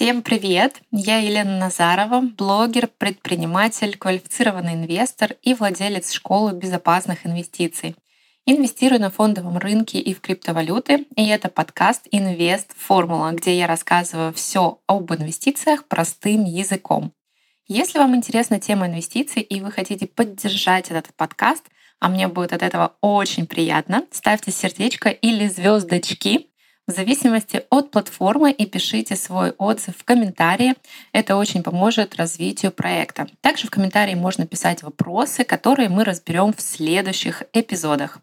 Всем привет! Я Елена Назарова, блогер, предприниматель, квалифицированный инвестор и владелец школы безопасных инвестиций. Инвестирую на фондовом рынке и в криптовалюты, и это подкаст «Инвест Формула», где я рассказываю все об инвестициях простым языком. Если вам интересна тема инвестиций и вы хотите поддержать этот подкаст, а мне будет от этого очень приятно, ставьте сердечко или звездочки в зависимости от платформы и пишите свой отзыв в комментарии. Это очень поможет развитию проекта. Также в комментарии можно писать вопросы, которые мы разберем в следующих эпизодах.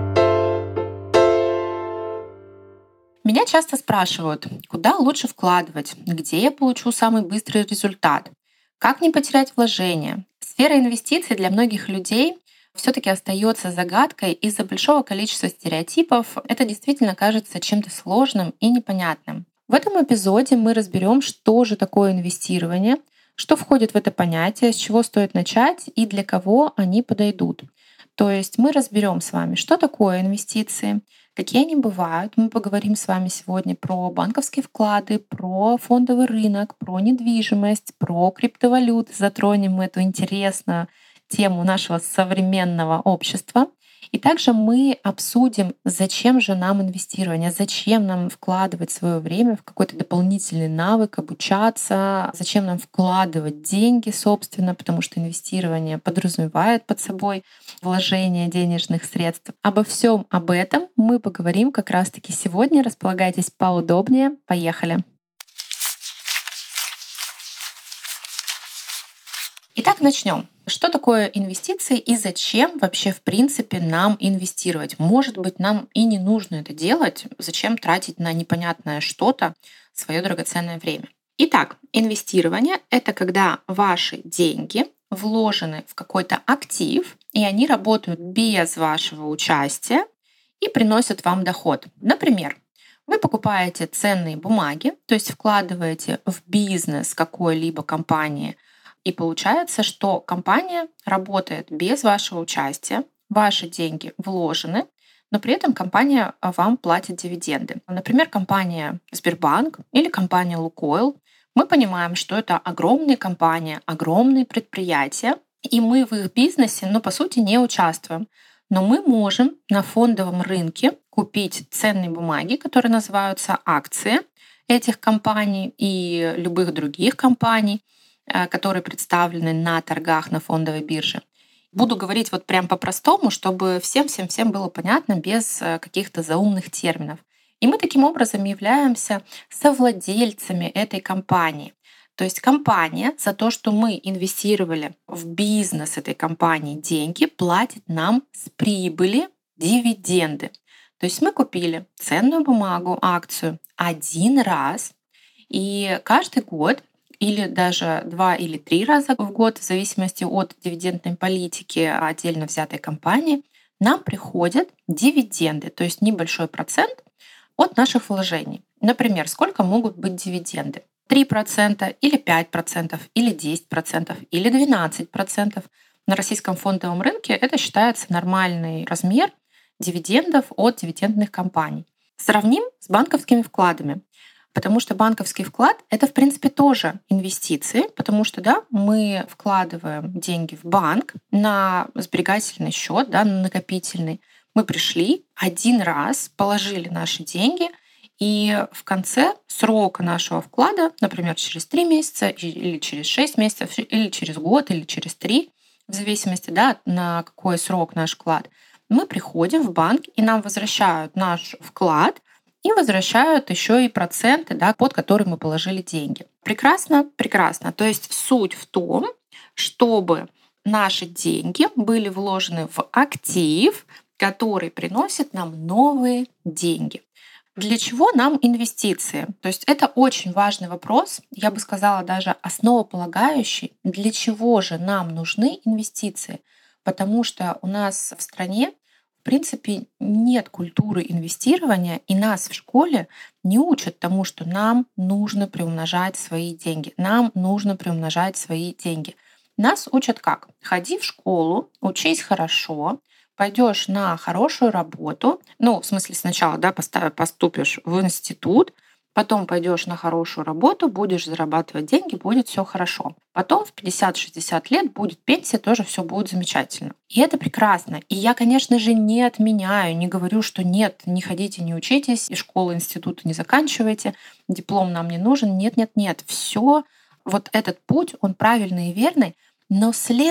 Меня часто спрашивают, куда лучше вкладывать, где я получу самый быстрый результат, как не потерять вложения. Сфера инвестиций для многих людей все-таки остается загадкой из-за большого количества стереотипов. Это действительно кажется чем-то сложным и непонятным. В этом эпизоде мы разберем, что же такое инвестирование, что входит в это понятие, с чего стоит начать и для кого они подойдут. То есть мы разберем с вами, что такое инвестиции, какие они бывают. Мы поговорим с вами сегодня про банковские вклады, про фондовый рынок, про недвижимость, про криптовалюты. Затронем эту интересную тему нашего современного общества. И также мы обсудим, зачем же нам инвестирование, зачем нам вкладывать свое время в какой-то дополнительный навык, обучаться, зачем нам вкладывать деньги, собственно, потому что инвестирование подразумевает под собой вложение денежных средств. Обо всем об этом мы поговорим как раз-таки сегодня. Располагайтесь поудобнее. Поехали! Итак, начнем. Что такое инвестиции и зачем вообще в принципе нам инвестировать? Может быть, нам и не нужно это делать. Зачем тратить на непонятное что-то свое драгоценное время? Итак, инвестирование — это когда ваши деньги вложены в какой-то актив, и они работают без вашего участия и приносят вам доход. Например, вы покупаете ценные бумаги, то есть вкладываете в бизнес какой-либо компании, и получается, что компания работает без вашего участия, ваши деньги вложены, но при этом компания вам платит дивиденды. Например, компания Сбербанк или компания Лукойл. Мы понимаем, что это огромные компании, огромные предприятия, и мы в их бизнесе, по сути, не участвуем. Но мы можем на фондовом рынке купить ценные бумаги, которые называются акции этих компаний и любых других компаний, которые представлены на торгах на фондовой бирже. Буду говорить вот прям по-простому, чтобы всем было понятно, без каких-то заумных терминов. И мы таким образом являемся совладельцами этой компании. То есть компания за то, что мы инвестировали в бизнес этой компании деньги, платит нам с прибыли дивиденды. То есть мы купили ценную бумагу, акцию один раз, и каждый год или даже 2 или 3 раза в год, в зависимости от дивидендной политики отдельно взятой компании, нам приходят дивиденды, то есть небольшой процент от наших вложений. Например, сколько могут быть дивиденды? 3% или 5% или 10% или 12%. На российском фондовом рынке это считается нормальный размер дивидендов от дивидендных компаний. Сравним с банковскими вкладами. Потому что банковский вклад — это, в принципе, тоже инвестиции, потому что мы вкладываем деньги в банк на сберегательный счет, на накопительный. Мы пришли один раз, положили наши деньги, и в конце срока нашего вклада, например, через 3 месяца или через 6 месяцев, или через год, или через 3, в зависимости, на какой срок наш вклад, мы приходим в банк, и нам возвращают наш вклад, и возвращают еще и проценты, под которые мы положили деньги. Прекрасно, прекрасно. То есть суть в том, чтобы наши деньги были вложены в актив, который приносит нам новые деньги. Для чего нам инвестиции? То есть это очень важный вопрос, я бы сказала, даже основополагающий. Для чего же нам нужны инвестиции? Потому что у нас в стране в принципе, нет культуры инвестирования, и нас в школе не учат тому, что нам нужно приумножать свои деньги. Нам нужно приумножать свои деньги. Нас учат как? Ходи в школу, учись хорошо, пойдешь на хорошую работу. В смысле, сначала поступишь в институт, потом пойдешь на хорошую работу, будешь зарабатывать деньги, будет все хорошо. Потом в 50-60 лет будет пенсия, тоже все будет замечательно. И это прекрасно. И я, конечно же, не отменяю, не говорю, что нет, не ходите, не учитесь, и школы, институты не заканчивайте, диплом нам не нужен. Нет, нет, нет. Все вот этот путь, он правильный и верный. Но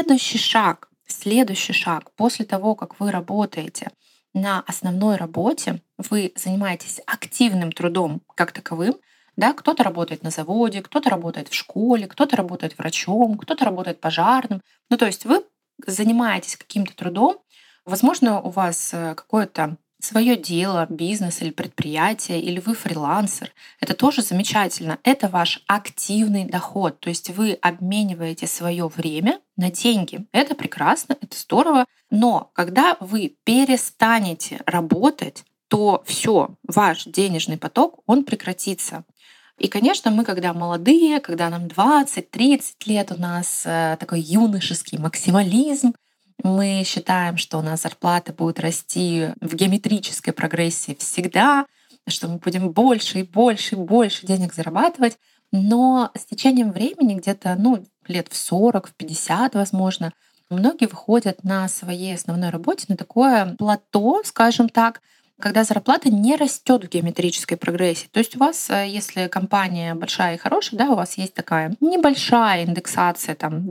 следующий шаг после того, как вы работаете на основной работе, вы занимаетесь активным трудом как таковым, да, кто-то работает на заводе, кто-то работает в школе, кто-то работает врачом, кто-то работает пожарным. Ну, то есть вы занимаетесь каким-то трудом, возможно, у вас какое-то свое дело, бизнес или предприятие, или вы фрилансер. Это тоже замечательно. Это ваш активный доход. То есть вы обмениваете свое время на деньги. Это прекрасно, это здорово. Но когда вы перестанете работать, то все, ваш денежный поток, он прекратится. И, конечно, мы, когда молодые, когда нам 20-30 лет, у нас такой юношеский максимализм, мы считаем, что у нас зарплата будет расти в геометрической прогрессии всегда, что мы будем больше и больше и больше денег зарабатывать. Но с течением времени, где-то лет в 40, в 50, возможно, многие выходят на своей основной работе на такое плато, скажем так, когда зарплата не растет в геометрической прогрессии. То есть у вас, если компания большая и хорошая, да, у вас есть такая небольшая индексация, там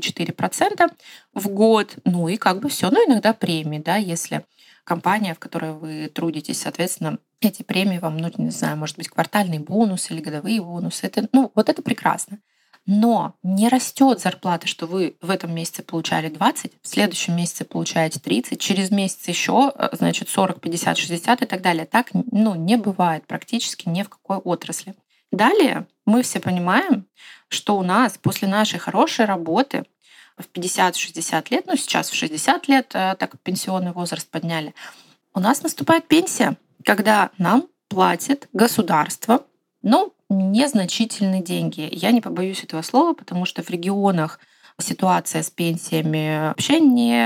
2-3-4% в год, ну и как бы все, ну иногда премии, да, если компания, в которой вы трудитесь, соответственно, эти премии вам, ну, не знаю, может быть, квартальный бонус или годовые бонусы. Это, вот это прекрасно. Но не растет зарплата, что вы в этом месяце получали 20, в следующем месяце получаете 30, через месяц еще, значит, 40, 50, 60 и так далее. Так, не бывает практически ни в какой отрасли. Далее мы все понимаем, что у нас после нашей хорошей работы в 50-60 лет, сейчас в 60 лет, так как пенсионный возраст подняли, у нас наступает пенсия, когда нам платит государство, незначительные деньги. Я не побоюсь этого слова, потому что в регионах ситуация с пенсиями вообще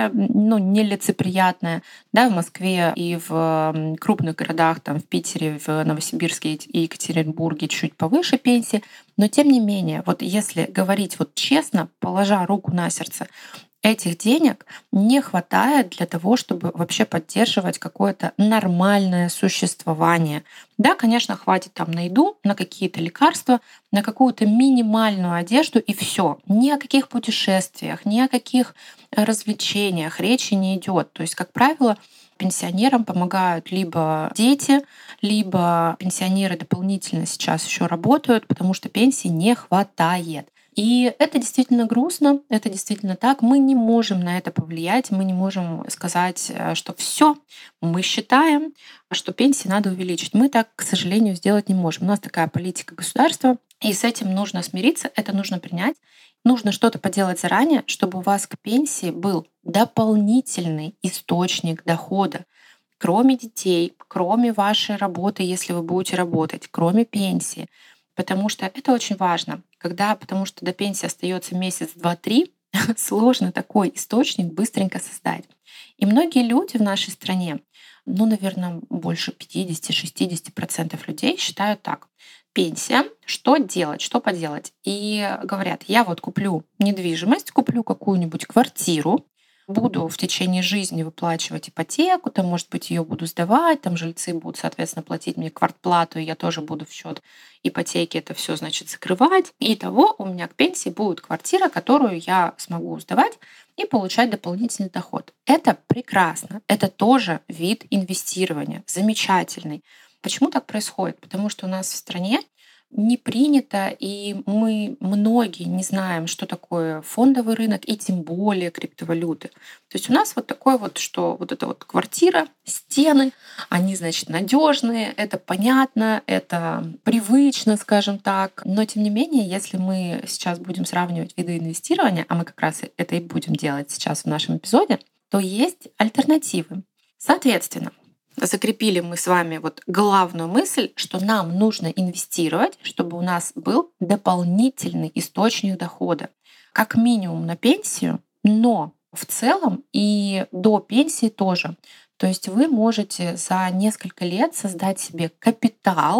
нелицеприятная. Да, в Москве и в крупных городах, там в Питере, в Новосибирске и Екатеринбурге чуть повыше пенсии. Но тем не менее, вот если говорить вот честно, положа руку на сердце, этих денег не хватает для того, чтобы вообще поддерживать какое-то нормальное существование. Да, конечно, хватит там на еду, на какие-то лекарства, на какую-то минимальную одежду и все. Ни о каких путешествиях, ни о каких развлечениях речи не идет. То есть, как правило, пенсионерам помогают либо дети, либо пенсионеры дополнительно сейчас еще работают, потому что пенсии не хватает. И это действительно грустно, это действительно так. Мы не можем на это повлиять, мы не можем сказать, что все, мы считаем, что пенсии надо увеличить. Мы так, к сожалению, сделать не можем. У нас такая политика государства, и с этим нужно смириться, это нужно принять. Нужно что-то поделать заранее, чтобы у вас к пенсии был дополнительный источник дохода. Кроме детей, кроме вашей работы, если вы будете работать, кроме пенсии. Потому что это очень важно. Потому что до пенсии остается месяц, два, три, сложно такой источник быстренько создать. И многие люди в нашей стране, наверное, больше 50-60% людей считают так. Пенсия, что делать, что поделать? И говорят, я вот куплю недвижимость, куплю какую-нибудь квартиру, буду в течение жизни выплачивать ипотеку, там, может быть, ее буду сдавать, там жильцы будут, соответственно, платить мне квартплату, и я тоже буду в счет ипотеки это все, значит, закрывать. И того у меня к пенсии будет квартира, которую я смогу сдавать и получать дополнительный доход. Это прекрасно. Это тоже вид инвестирования, замечательный. Почему так происходит? Потому что у нас в стране не принято, и мы многие не знаем, что такое фондовый рынок и тем более криптовалюты. То есть у нас вот такое вот, что вот эта вот квартира, стены, они, значит, надежные, это понятно, это привычно, скажем так. Но тем не менее, если мы сейчас будем сравнивать виды инвестирования, а мы как раз это и будем делать сейчас в нашем эпизоде, то есть альтернативы. Соответственно, закрепили мы с вами вот главную мысль, что нам нужно инвестировать, чтобы у нас был дополнительный источник дохода. Как минимум на пенсию, но в целом и до пенсии тоже. То есть вы можете за несколько лет создать себе капитал,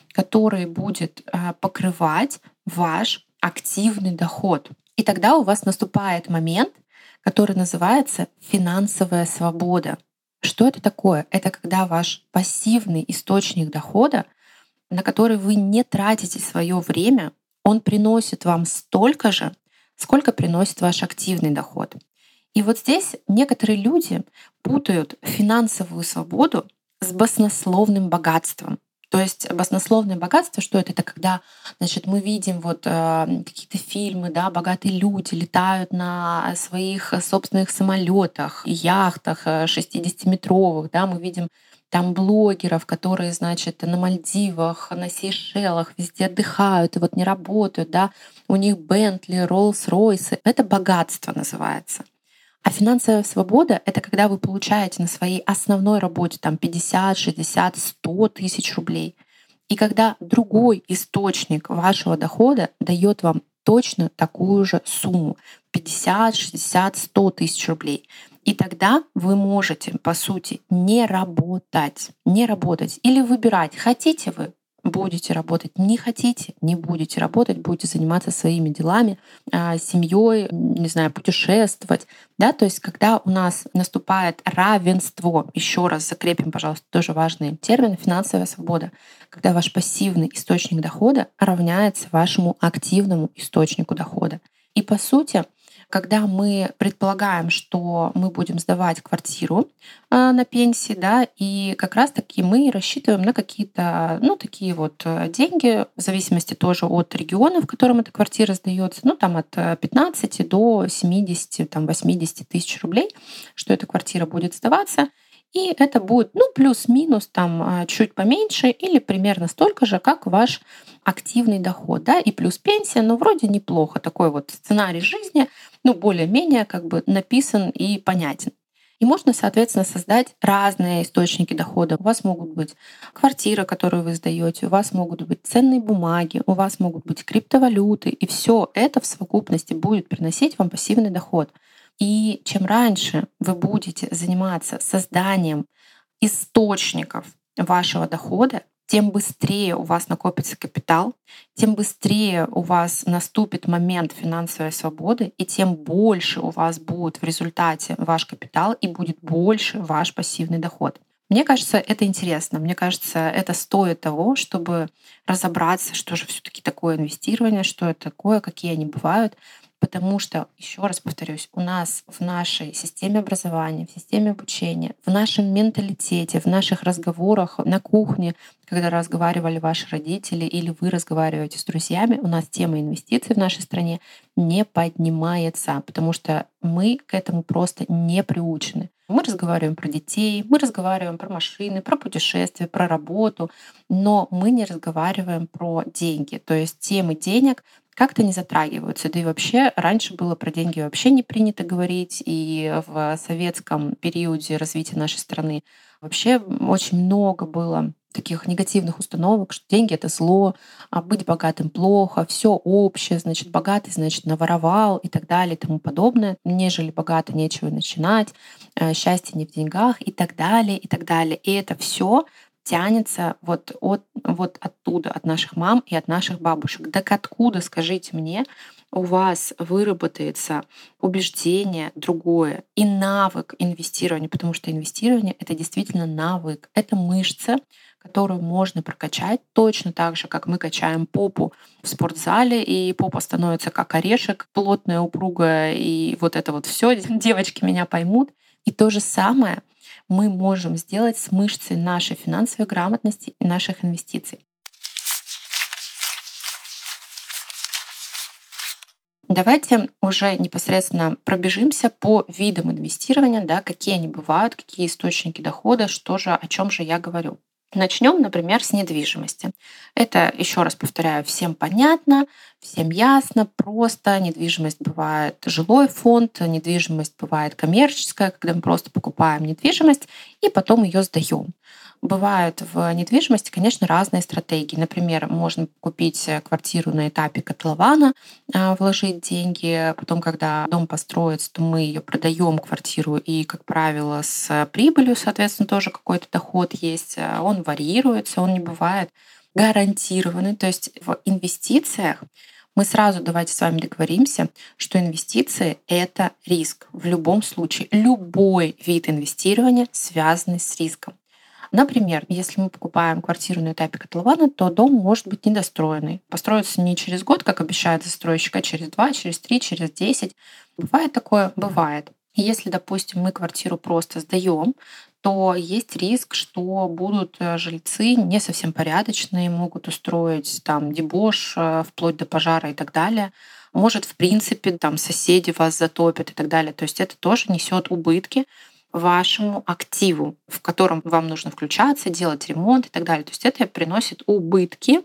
который будет покрывать ваш активный доход. И тогда у вас наступает момент, который называется финансовая свобода. Что это такое? Это когда ваш пассивный источник дохода, на который вы не тратите свое время, он приносит вам столько же, сколько приносит ваш активный доход. И вот здесь некоторые люди путают финансовую свободу с баснословным богатством. То есть баснословное богатство, что это? Это когда, значит, мы видим вот какие-то фильмы, да, богатые люди летают на своих собственных самолетах, яхтах 60-метровых, да, мы видим там блогеров, которые, значит, на Мальдивах, на Сейшелах, везде отдыхают и вот не работают, да, у них Бентли, Роллс-Ройсы. Это богатство называется. А финансовая свобода — это когда вы получаете на своей основной работе там 50, 60, 100 тысяч рублей. И когда другой источник вашего дохода дает вам точно такую же сумму — 50, 60, 100 тысяч рублей. И тогда вы можете, по сути, не работать. Не работать. Или выбирать, хотите вы — будете работать, не хотите — не будете работать, будете заниматься своими делами, семьей, не знаю, путешествовать. Да? То есть когда у нас наступает равенство, еще раз закрепим, пожалуйста, тоже важный термин — финансовая свобода, когда ваш пассивный источник дохода равняется вашему активному источнику дохода. И по сути, когда мы предполагаем, что мы будем сдавать квартиру на пенсии, да, и как раз-таки мы рассчитываем на какие-то, ну, такие вот деньги, в зависимости тоже от региона, в котором эта квартира сдается, ну, там от 15 до 70, там, 80 тысяч рублей, что эта квартира будет сдаваться. И это будет, ну, плюс-минус там чуть поменьше или примерно столько же, как ваш активный доход, да, и плюс пенсия, ну, вроде неплохо. Такой вот сценарий жизни, ну, более-менее как бы написан и понятен. И можно, соответственно, создать разные источники дохода. У вас могут быть квартира, которую вы сдаете, у вас могут быть ценные бумаги, у вас могут быть криптовалюты, и все это в совокупности будет приносить вам пассивный доход. И чем раньше вы будете заниматься созданием источников вашего дохода, тем быстрее у вас накопится капитал, тем быстрее у вас наступит момент финансовой свободы, и тем больше у вас будет в результате ваш капитал и будет больше ваш пассивный доход. Мне кажется, это интересно. Мне кажется, это стоит того, чтобы разобраться, что же все-таки такое инвестирование, что это такое, какие они бывают. Потому что, еще раз повторюсь, у нас в нашей системе образования, в системе обучения, в нашем менталитете, в наших разговорах на кухне, когда разговаривали ваши родители или вы разговариваете с друзьями, у нас тема инвестиций в нашей стране не поднимается, потому что мы к этому просто не приучены. Мы разговариваем про детей, мы разговариваем про машины, про путешествия, про работу, но мы не разговариваем про деньги. То есть темы денег как-то не затрагиваются. Да и вообще раньше было про деньги вообще не принято говорить. И в советском периоде развития нашей страны вообще очень много было таких негативных установок, что деньги — это зло, а быть богатым плохо, все общее, значит, богатый, значит, наворовал и так далее и тому подобное. Нежели богато, нечего начинать, счастье не в деньгах и так далее, и так далее. И это все тянется вот оттуда, от наших мам и от наших бабушек. Так откуда, скажите мне, у вас выработается убеждение другое и навык инвестирования, потому что инвестирование — это действительно навык, это мышца, которую можно прокачать точно так же, как мы качаем попу в спортзале, и попа становится как орешек, плотная, упругая, и вот это вот все. Девочки меня поймут. И то же самое мы можем сделать с мышцей нашей финансовой грамотности и наших инвестиций. Давайте уже непосредственно пробежимся по видам инвестирования, да, какие они бывают, какие источники дохода, что же, о чем же я говорю. Начнем, например, с недвижимости. Это, еще раз повторяю, всем понятно, всем ясно, просто. Недвижимость бывает жилой фонд, недвижимость бывает коммерческая, когда мы просто покупаем недвижимость и потом ее сдаем. Бывают в недвижимости, конечно, разные стратегии. Например, можно купить квартиру на этапе котлована, вложить деньги, потом, когда дом построится, то мы ее продаем, квартиру, и, как правило, с прибылью, соответственно, тоже какой-то доход есть. Он варьируется, он не бывает гарантированы. То есть в инвестициях мы сразу давайте с вами договоримся, что инвестиции — это риск. В любом случае, любой вид инвестирования связанный с риском. Например, если мы покупаем квартиру на этапе котлована, то дом может быть недостроенный. Построится не через год, как обещает застройщик, а через 2, через 3, через 10. Бывает такое? Бывает. И если, допустим, мы квартиру просто сдаем, то есть риск, что будут жильцы не совсем порядочные, могут устроить там дебош вплоть до пожара и так далее. Может, в принципе, там соседи вас затопят и так далее. То есть это тоже несет убытки вашему активу, в котором вам нужно включаться, делать ремонт и так далее. То есть это приносит убытки,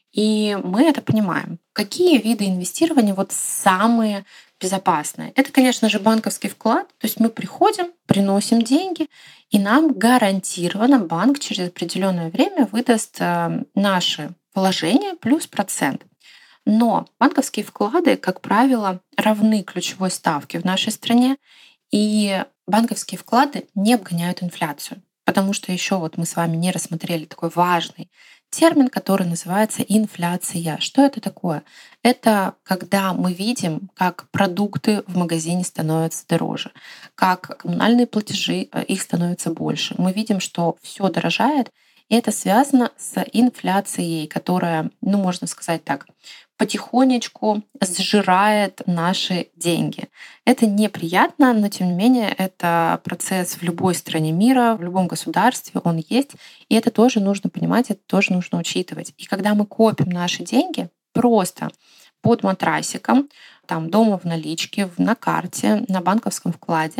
и мы это понимаем. Какие виды инвестирования вот самые безопасные? Это, конечно же, банковский вклад. То есть мы приходим, приносим деньги, и нам гарантированно банк через определенное время выдаст наши вложения плюс процент. Но банковские вклады, как правило, равны ключевой ставке в нашей стране, и банковские вклады не обгоняют инфляцию. Потому что еще вот мы с вами не рассмотрели такой важный термин, который называется инфляция. Что это такое? Это когда мы видим, как продукты в магазине становятся дороже, как коммунальные платежи, их становится больше. Мы видим, что все дорожает, и это связано с инфляцией, которая, ну, можно сказать так, потихонечку сжирает наши деньги. Это неприятно, но тем не менее это процесс в любой стране мира, в любом государстве он есть, и это тоже нужно понимать, это тоже нужно учитывать. И когда мы копим наши деньги просто под матрасиком, там дома в наличке, на карте, на банковском вкладе,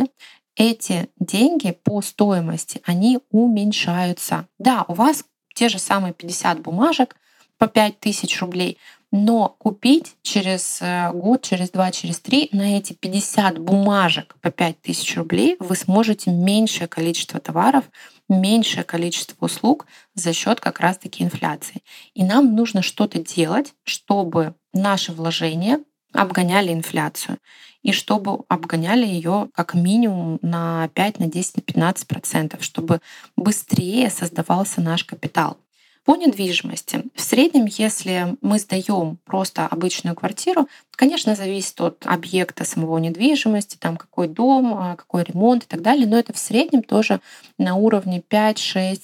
эти деньги по стоимости, они уменьшаются. Да, у вас те же самые 50 бумажек по 5000 рублей, но купить через год, через 2, через 3 на эти 50 бумажек по 5000 рублей вы сможете меньшее количество товаров, меньшее количество услуг за счет как раз-таки инфляции. И нам нужно что-то делать, чтобы наши вложения обгоняли инфляцию и чтобы обгоняли ее как минимум на 5, на 10, на 15%, чтобы быстрее создавался наш капитал. По недвижимости. В среднем, если мы сдаем просто обычную квартиру, конечно, зависит от объекта самого недвижимости, там какой дом, какой ремонт и так далее, но это в среднем тоже на уровне 5, 6,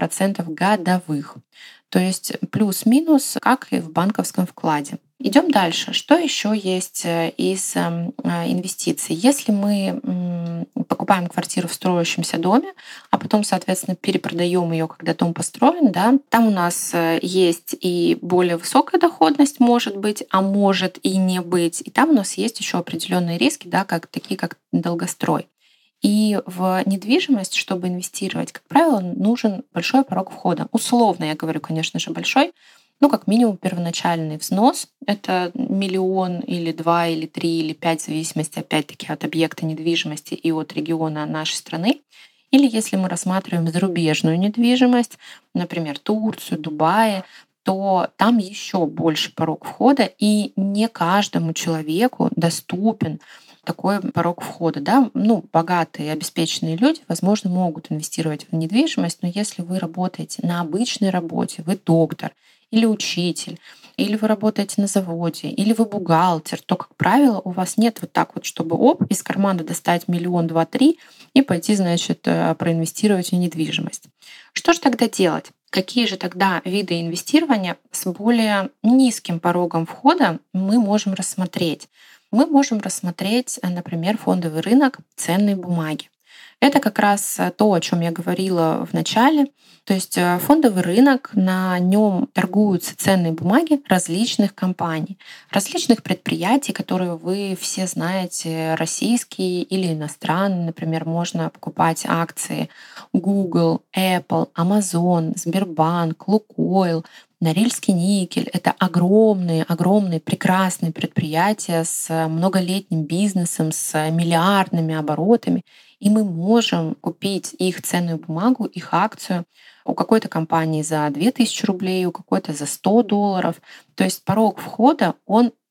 7% годовых. То есть плюс-минус, как и в банковском вкладе. Идем дальше. Что еще есть из инвестиций? Если мы покупаем квартиру в строящемся доме, а потом, соответственно, перепродаем ее, когда дом построен, да, там у нас есть и более высокая доходность, может быть, а может и не быть. И там у нас есть еще определенные риски, да, такие как долгострой. И в недвижимость, чтобы инвестировать, как правило, нужен большой порог входа. Условно, я говорю, конечно же, большой. Ну, как минимум, первоначальный взнос — это 1 или 2 или 3 или 5, в зависимости, опять-таки, от объекта недвижимости и от региона нашей страны. Или если мы рассматриваем зарубежную недвижимость, например, Турцию, Дубай, то там еще больше порог входа, и не каждому человеку доступен такой порог входа. Да? Ну, богатые, обеспеченные люди, возможно, могут инвестировать в недвижимость, но если вы работаете на обычной работе, вы доктор или учитель, или вы работаете на заводе, или вы бухгалтер, то, как правило, у вас нет вот так вот, чтобы из кармана достать 1, 2, 3 и пойти, значит, проинвестировать в недвижимость. Что же тогда делать? Какие же тогда виды инвестирования с более низким порогом входа мы можем рассмотреть? Мы можем рассмотреть, например, фондовый рынок, ценные бумаги. Это как раз то, о чем я говорила в начале. То есть фондовый рынок, на нем торгуются ценные бумаги различных компаний, различных предприятий, которые вы все знаете, российские или иностранные. Например, можно покупать акции Google, Apple, Amazon, Сбербанк, Лукойл, Норильский никель — это огромные, огромные, прекрасные предприятия с многолетним бизнесом, с миллиардными оборотами. И мы можем купить их ценную бумагу, их акцию у какой-то компании за 2000 рублей, у какой-то за $100. То есть порог входа, он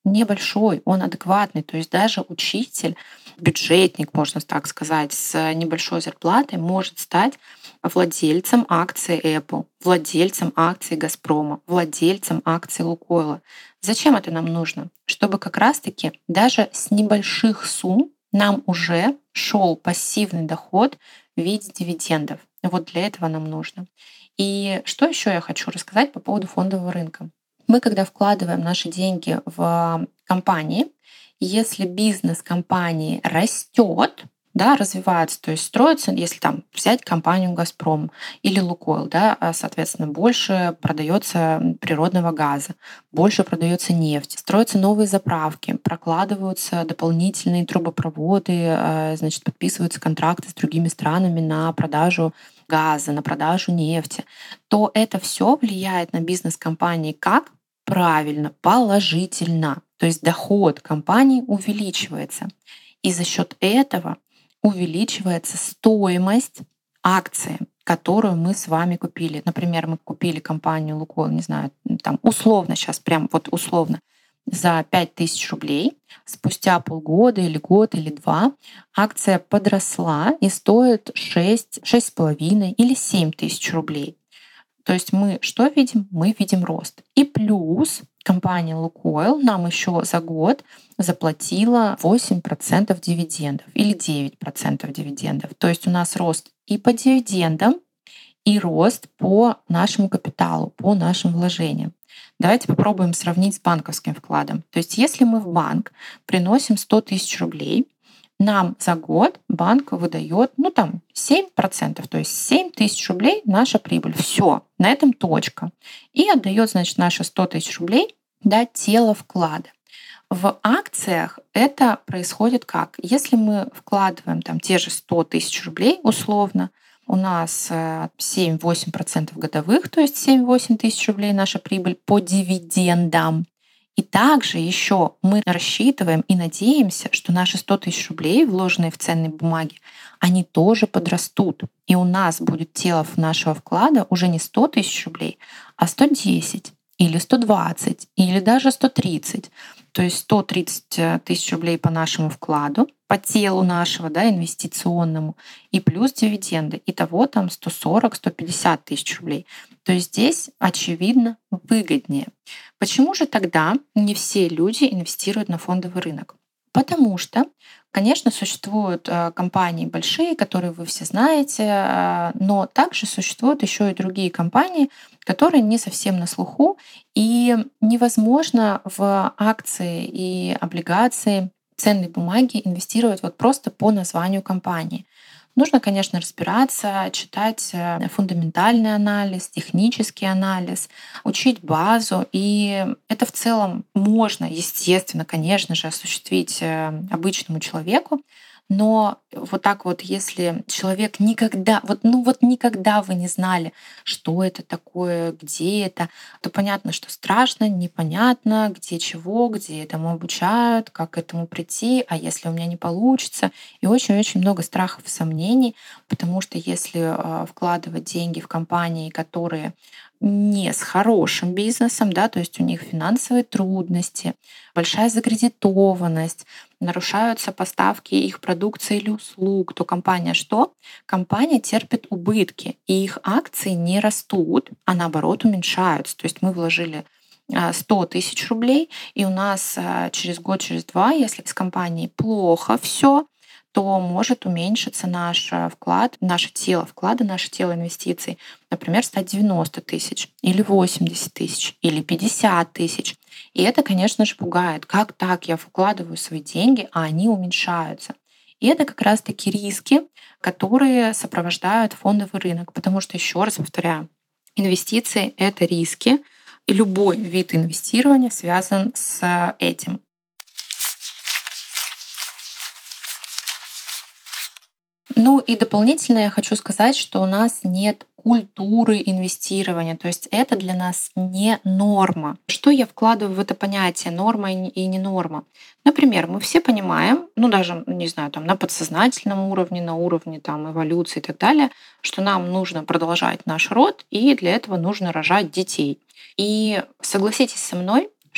небольшой, он адекватный. То есть даже учитель, бюджетник, можно так сказать, с небольшой зарплатой может стать владельцем акций Apple, владельцем акций Газпрома, владельцем акций Лукойла. Зачем это нам нужно? Чтобы как раз-таки даже с небольших сумм нам уже шел пассивный доход в виде дивидендов. Вот для этого нам нужно. И что еще я хочу рассказать по поводу фондового рынка. Мы, когда вкладываем наши деньги в компании, если бизнес компании растет, да, развивается, то есть строится, если там взять компанию «Газпром» или «Лукойл», да, соответственно, больше продается природного газа, больше продается нефть, строятся новые заправки, прокладываются дополнительные трубопроводы, значит, подписываются контракты с другими странами на продажу газа, на продажу нефти, то это все влияет на бизнес компании как? Правильно, положительно. То есть доход компании увеличивается. И за счет этого увеличивается стоимость акции, которую мы с вами купили. Например, мы купили компанию «Лукойл», не знаю, там условно сейчас, прям вот условно, за 5000 рублей. Спустя полгода или год или два акция подросла и стоит 6,5 или 7000 рублей. То есть мы что видим? Мы видим рост. И плюс компания «Лукойл» нам еще за год заплатила 8% дивидендов или 9% дивидендов. То есть у нас рост и по дивидендам, и рост по нашему капиталу, по нашим вложениям. Давайте попробуем сравнить с банковским вкладом. То есть если мы в банк приносим 100 тысяч рублей, нам за год банк выдает, 7%, то есть 7 тысяч рублей наша прибыль. Все, на этом точка. И отдает, значит, наши 100 тысяч рублей, да, тело вклада. В акциях это происходит как? Если мы вкладываем там те же 100 тысяч рублей условно, у нас 7-8% годовых, то есть 7-8 тысяч рублей наша прибыль по дивидендам. И также еще мы рассчитываем и надеемся, что наши 100 тысяч рублей, вложенные в ценные бумаги, они тоже подрастут. И у нас будет тело нашего вклада уже не 100 тысяч рублей, а 110 или 120 или даже 130. То есть 130 тысяч рублей по нашему вкладу, по телу нашего, да, инвестиционному, и плюс дивиденды. Итого там 140-150 тысяч рублей. То есть здесь, очевидно, выгоднее. Почему же тогда не все люди инвестируют на фондовый рынок? Потому что, конечно, существуют компании большие, которые вы все знаете, но также существуют еще и другие компании, которые не совсем на слуху, и невозможно в акции и облигации, ценные бумаги инвестировать вот просто по названию компании. Нужно, конечно, разбираться, читать фундаментальный анализ, технический анализ, учить базу. И это в целом можно, естественно, конечно же, осуществить обычному человеку. Но вот так вот, если человек никогда, никогда вы не знали, что это такое, где это, то понятно, что страшно, непонятно, где чего, где этому обучают, как к этому прийти, а если у меня не получится. И очень-очень много страхов и сомнений, потому что если вкладывать деньги в компании, которые не с хорошим бизнесом, да, то есть у них финансовые трудности, большая закредитованность, нарушаются поставки их продукции или услуг, то компания что? Компания терпит убытки, и их акции не растут, а наоборот уменьшаются. То есть мы вложили 100 тысяч рублей, и у нас через год, через два, если с компанией плохо все, то может уменьшиться наш вклад, наше тело вклада, наше тело инвестиций, например, стать 90 тысяч или 80 тысяч или 50 тысяч. И это, конечно же, пугает. Как так? Я вкладываю свои деньги, а они уменьшаются. И это как раз-таки риски, которые сопровождают фондовый рынок. Потому что, еще раз повторяю, инвестиции — это риски, и любой вид инвестирования связан с этим. Ну и дополнительно я хочу сказать, что у нас нет культуры инвестирования, то есть это для нас не норма. Что я вкладываю в это понятие норма и не норма? Например, мы все понимаем, даже, не знаю, там на подсознательном уровне, на уровне там эволюции и так далее, что нам нужно продолжать наш род, и для этого нужно рожать детей. И согласитесь со мной,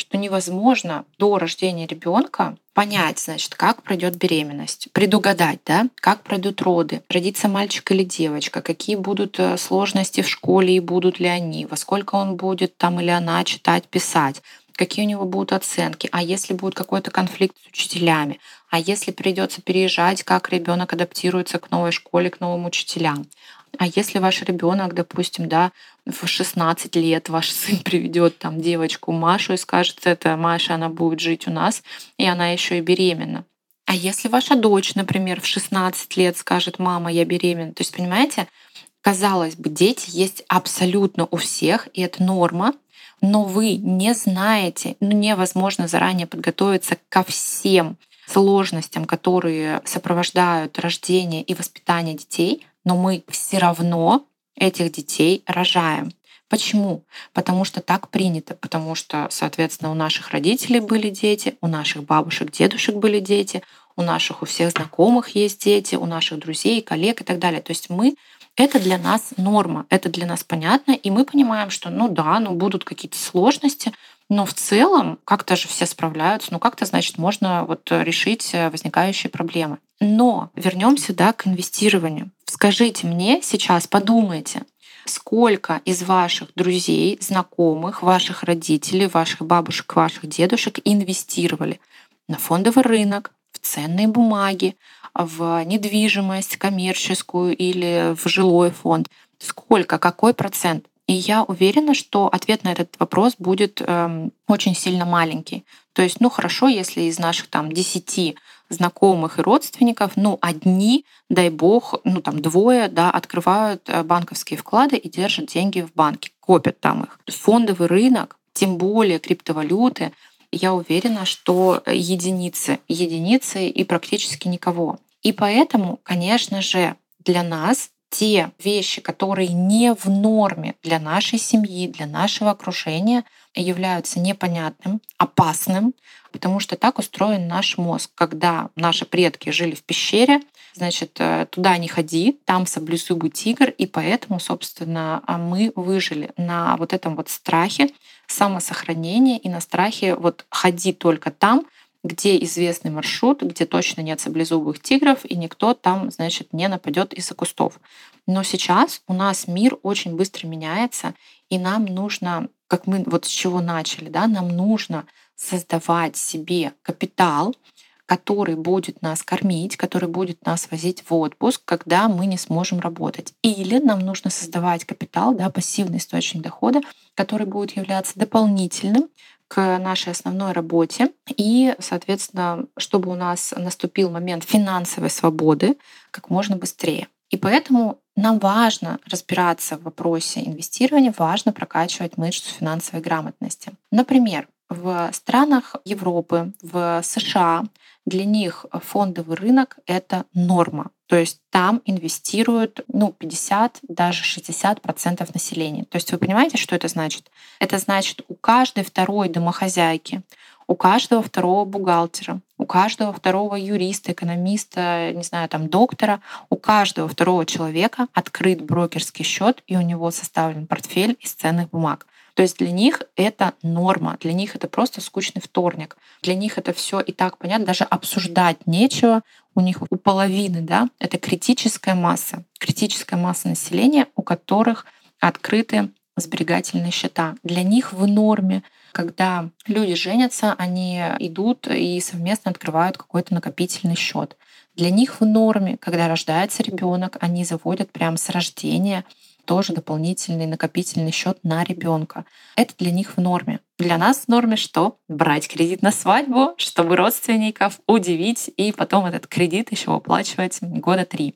что невозможно до рождения ребенка понять, значит, как пройдет беременность, предугадать, да, как пройдут роды, родится мальчик или девочка, какие будут сложности в школе и будут ли они, во сколько он будет там или она читать, писать, какие у него будут оценки, а если будет какой-то конфликт с учителями, а если придется переезжать, как ребенок адаптируется к новой школе, к новым учителям. А если ваш ребенок, допустим, да, в 16 лет ваш сын приведет там девочку Машу и скажет, это Маша, она будет жить у нас, и она еще и беременна. А если ваша дочь, например, в 16 лет скажет, мама, я беременна, то есть, понимаете, казалось бы, дети есть абсолютно у всех, и это норма, но вы не знаете, ну, невозможно заранее подготовиться ко всем сложностям, которые сопровождают рождение и воспитание детей, но мы все равно этих детей рожаем. Почему? Потому что так принято, потому что, соответственно, у наших родителей были дети, у наших бабушек, дедушек были дети, у наших у всех знакомых есть дети, у наших друзей, коллег и так далее. То есть мы это для нас норма, это для нас понятно, и мы понимаем, что ну да, ну будут какие-то сложности, но в целом как-то же все справляются, ну как-то, значит, можно вот решить возникающие проблемы. Но вернемся, да, к инвестированию. Скажите мне сейчас, подумайте, сколько из ваших друзей, знакомых, ваших родителей, ваших бабушек, ваших дедушек инвестировали на фондовый рынок, в ценные бумаги, в недвижимость коммерческую или в жилой фонд. Сколько, какой процент? И я уверена, что ответ на этот вопрос будет очень сильно маленький. То есть, ну хорошо, если из наших там 10 знакомых и родственников, ну одни, дай бог, ну там двое, да, открывают банковские вклады и держат деньги в банке, копят там их. Фондовый рынок, тем более криптовалюты, я уверена, что единицы и практически никого. И поэтому, конечно же, для нас те вещи, которые не в норме для нашей семьи, для нашего окружения, являются непонятным, опасным, потому что так устроен наш мозг. Когда наши предки жили в пещере, значит, туда не ходи, там саблезубый тигр, и поэтому, собственно, мы выжили на вот этом вот страхе самосохранения и на страхе вот ходи только там, где известный маршрут, где точно нет саблезубых тигров, и никто там, значит, не нападет из-за кустов. Но сейчас у нас мир очень быстро меняется, и нам нужно, как мы вот с чего начали, да, нам нужно создавать себе капитал, который будет нас кормить, который будет нас возить в отпуск, когда мы не сможем работать. Или нам нужно создавать капитал, да, пассивный источник дохода, который будет являться дополнительным к нашей основной работе. И, соответственно, чтобы у нас наступил момент финансовой свободы как можно быстрее. И поэтому нам важно разбираться в вопросе инвестирования, важно прокачивать мышцу финансовой грамотности. Например, в странах Европы, в США для них фондовый рынок — это норма. То есть там инвестируют 50, даже 60% населения. То есть вы понимаете, что это значит? Это значит, у каждой второй домохозяйки, у каждого второго бухгалтера, у каждого второго юриста, экономиста, не знаю, там доктора, у каждого второго человека открыт брокерский счет, и у него составлен портфель из ценных бумаг. То есть для них это норма, для них это просто скучный вторник. Для них это все и так понятно, даже обсуждать нечего. У них у половины, да, это критическая масса населения, у которых открыты сберегательные счета. Для них в норме, когда люди женятся, они идут и совместно открывают какой-то накопительный счет. Для них в норме, когда рождается ребенок, они заводят прямо с рождения тоже дополнительный накопительный счет на ребенка. Это для них в норме. Для нас в норме что? Брать кредит на свадьбу, чтобы родственников удивить, и потом этот кредит еще выплачивать года 3.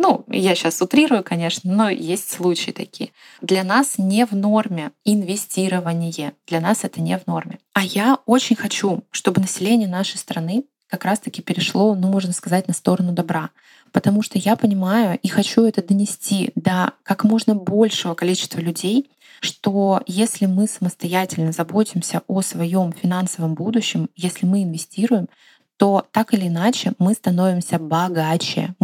Я сейчас утрирую, конечно, но есть случаи такие. Для нас не в норме инвестирование. Для нас это не в норме. А я очень хочу, чтобы население нашей страны как раз-таки перешло, можно сказать, на сторону добра. Потому что я понимаю и хочу это донести до как можно большего количества людей, что если мы самостоятельно заботимся о своем финансовом будущем, если мы инвестируем, то так или иначе мы становимся богаче.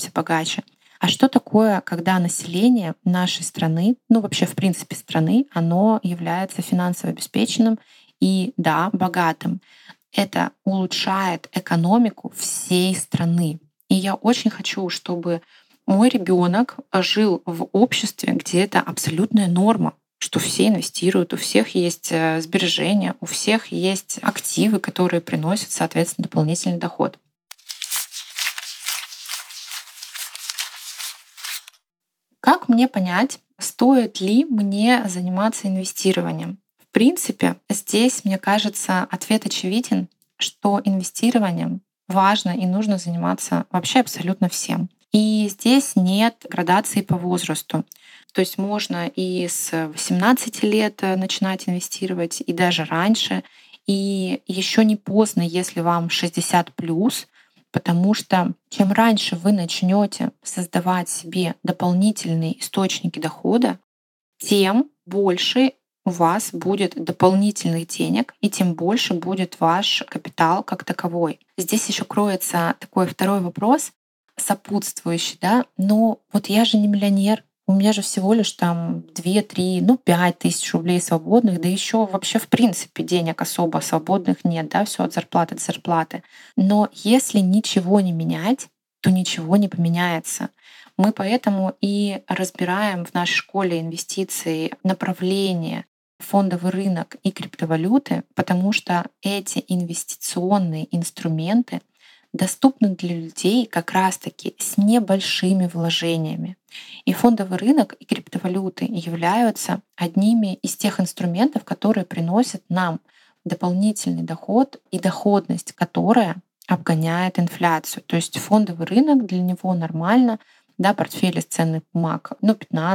А что такое, когда население нашей страны, вообще в принципе страны, оно является финансово обеспеченным и, да, богатым. Это улучшает экономику всей страны. И я очень хочу, чтобы мой ребенок жил в обществе, где это абсолютная норма, что все инвестируют, у всех есть сбережения, у всех есть активы, которые приносят, соответственно, дополнительный доход. Как мне понять, стоит ли мне заниматься инвестированием? В принципе, здесь, мне кажется, ответ очевиден, что инвестированием важно и нужно заниматься вообще абсолютно всем. И здесь нет градации по возрасту. То есть можно и с 18 лет начинать инвестировать, и даже раньше. И еще не поздно, если вам 60+, потому что чем раньше вы начнете создавать себе дополнительные источники дохода, тем больше у вас будет дополнительных денег, и тем больше будет ваш капитал как таковой. Здесь еще кроется такой второй вопрос, сопутствующий, да, но вот я же не миллионер, у меня же всего лишь там 2-3, ну 5 тысяч рублей свободных, да еще вообще в принципе денег особо свободных нет, да, все от зарплаты до зарплаты. Но если ничего не менять, то ничего не поменяется. Мы поэтому и разбираем в нашей школе инвестиций направления фондовый рынок и криптовалюты, потому что эти инвестиционные инструменты доступны для людей как раз-таки с небольшими вложениями. И фондовый рынок и криптовалюты являются одними из тех инструментов, которые приносят нам дополнительный доход и доходность, которая обгоняет инфляцию. То есть фондовый рынок для него нормально, да, портфель из ценных бумаг, ну,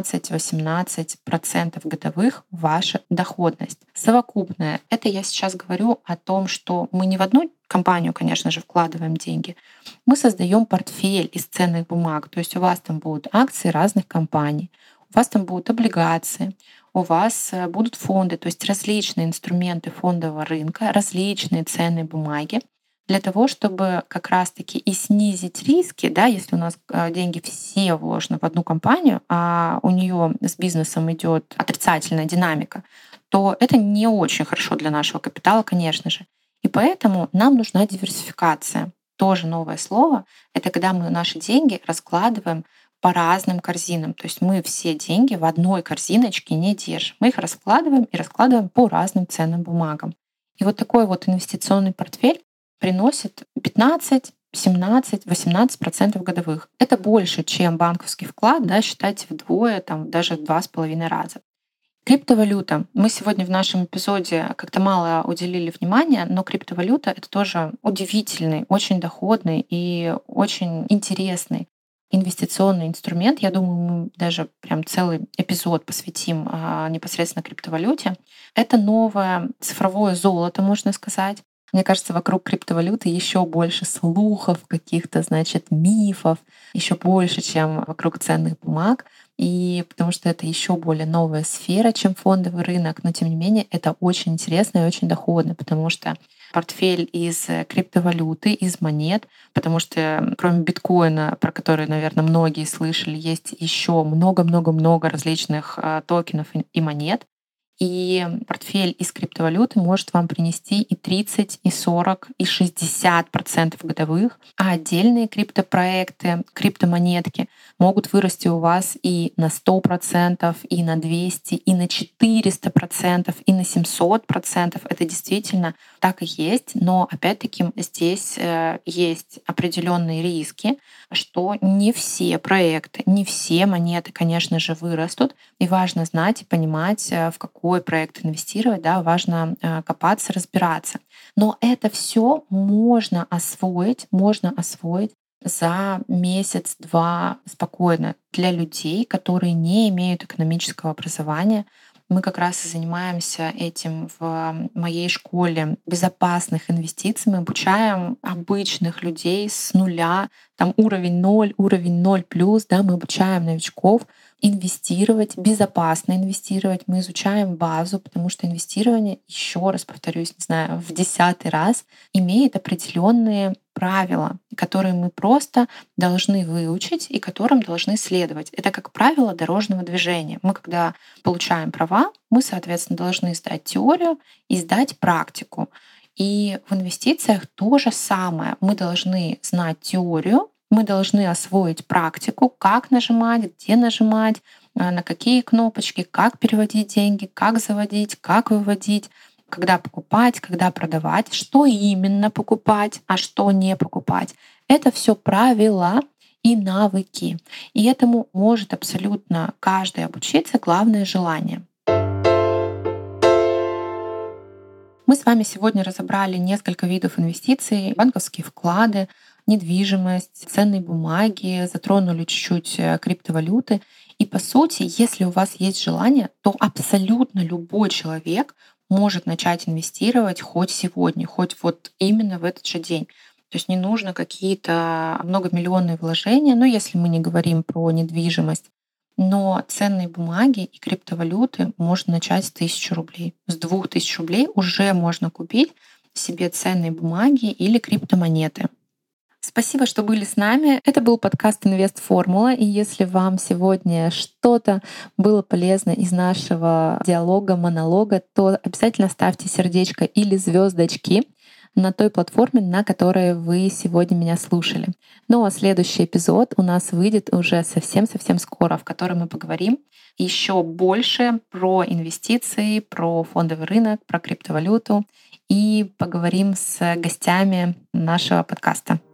15-18% годовых ваша доходность. Совокупная. Это я сейчас говорю о том, что мы не в одну компанию, конечно же, вкладываем деньги. Мы создаем портфель из ценных бумаг. То есть у вас там будут акции разных компаний, у вас там будут облигации, у вас будут фонды, то есть различные инструменты фондового рынка, различные ценные бумаги, для того, чтобы как раз-таки и снизить риски, да, если у нас деньги все вложены в одну компанию, а у нее с бизнесом идет отрицательная динамика, то это не очень хорошо для нашего капитала, конечно же. И поэтому нам нужна диверсификация. Тоже новое слово. Это когда мы наши деньги раскладываем по разным корзинам. То есть мы все деньги в одной корзиночке не держим. Мы их раскладываем и раскладываем по разным ценным бумагам. И вот такой вот инвестиционный портфель приносит 15, 17, 18% годовых. Это больше, чем банковский вклад, да, считайте вдвое, там, даже в 2,5 раза. Криптовалюта. Мы сегодня в нашем эпизоде как-то мало уделили внимания, но криптовалюта — это тоже удивительный, очень доходный и очень интересный инвестиционный инструмент. Я думаю, мы даже прям целый эпизод посвятим непосредственно криптовалюте. Это новое цифровое золото, можно сказать. Мне кажется, вокруг криптовалюты еще больше слухов, каких-то, значит, мифов, еще больше, чем вокруг ценных бумаг. И потому что это еще более новая сфера, чем фондовый рынок, но тем не менее это очень интересно и очень доходно, потому что портфель из криптовалюты, из монет, потому что кроме биткоина, про который, наверное, многие слышали, есть еще много-много-много различных токенов и монет. И портфель из криптовалюты может вам принести и 30, и 40, и 60% годовых, а отдельные криптопроекты, криптомонетки могут вырасти у вас и на 100%, и на 200, и на 400%, и на 700%. Это действительно так и есть, но опять-таки здесь есть определенные риски, что не все проекты, не все монеты, конечно же, вырастут, и важно знать и понимать, в какой проект инвестировать, да, важно копаться, разбираться. Но это все можно освоить за месяц-два спокойно для людей, которые не имеют экономического образования. Мы как раз и занимаемся этим в моей школе безопасных инвестиций. Мы обучаем обычных людей с нуля, там уровень 0 плюс, да, мы обучаем новичков инвестировать, безопасно инвестировать. Мы изучаем базу, потому что инвестирование, еще раз повторюсь, не знаю, в 10-й раз, имеет определенные правила, которые мы просто должны выучить и которым должны следовать. Это как правило дорожного движения. Мы, когда получаем права, мы, соответственно, должны сдать теорию и сдать практику. И в инвестициях то же самое. Мы должны знать теорию, мы должны освоить практику, как нажимать, где нажимать, на какие кнопочки, как переводить деньги, как заводить, как выводить, когда покупать, когда продавать, что именно покупать, а что не покупать. Это все правила и навыки. И этому может абсолютно каждый обучиться, главное — желание. Мы с вами сегодня разобрали несколько видов инвестиций: банковские вклады, недвижимость, ценные бумаги, затронули чуть-чуть криптовалюты. И по сути, если у вас есть желание, то абсолютно любой человек может начать инвестировать хоть сегодня, хоть вот именно в этот же день. То есть не нужно какие-то многомиллионные вложения, ну, если мы не говорим про недвижимость. Но ценные бумаги и криптовалюты можно начать с 1000 рублей. С 2000 рублей уже можно купить себе ценные бумаги или криптомонеты. Спасибо, что были с нами. Это был подкаст «Инвест Формула». И если вам сегодня что-то было полезно из нашего диалога, монолога, то обязательно ставьте сердечко или звездочки на той платформе, на которой вы сегодня меня слушали. Ну а следующий эпизод у нас выйдет уже совсем-совсем скоро, в котором мы поговорим еще больше про инвестиции, про фондовый рынок, про криптовалюту и поговорим с гостями нашего подкаста.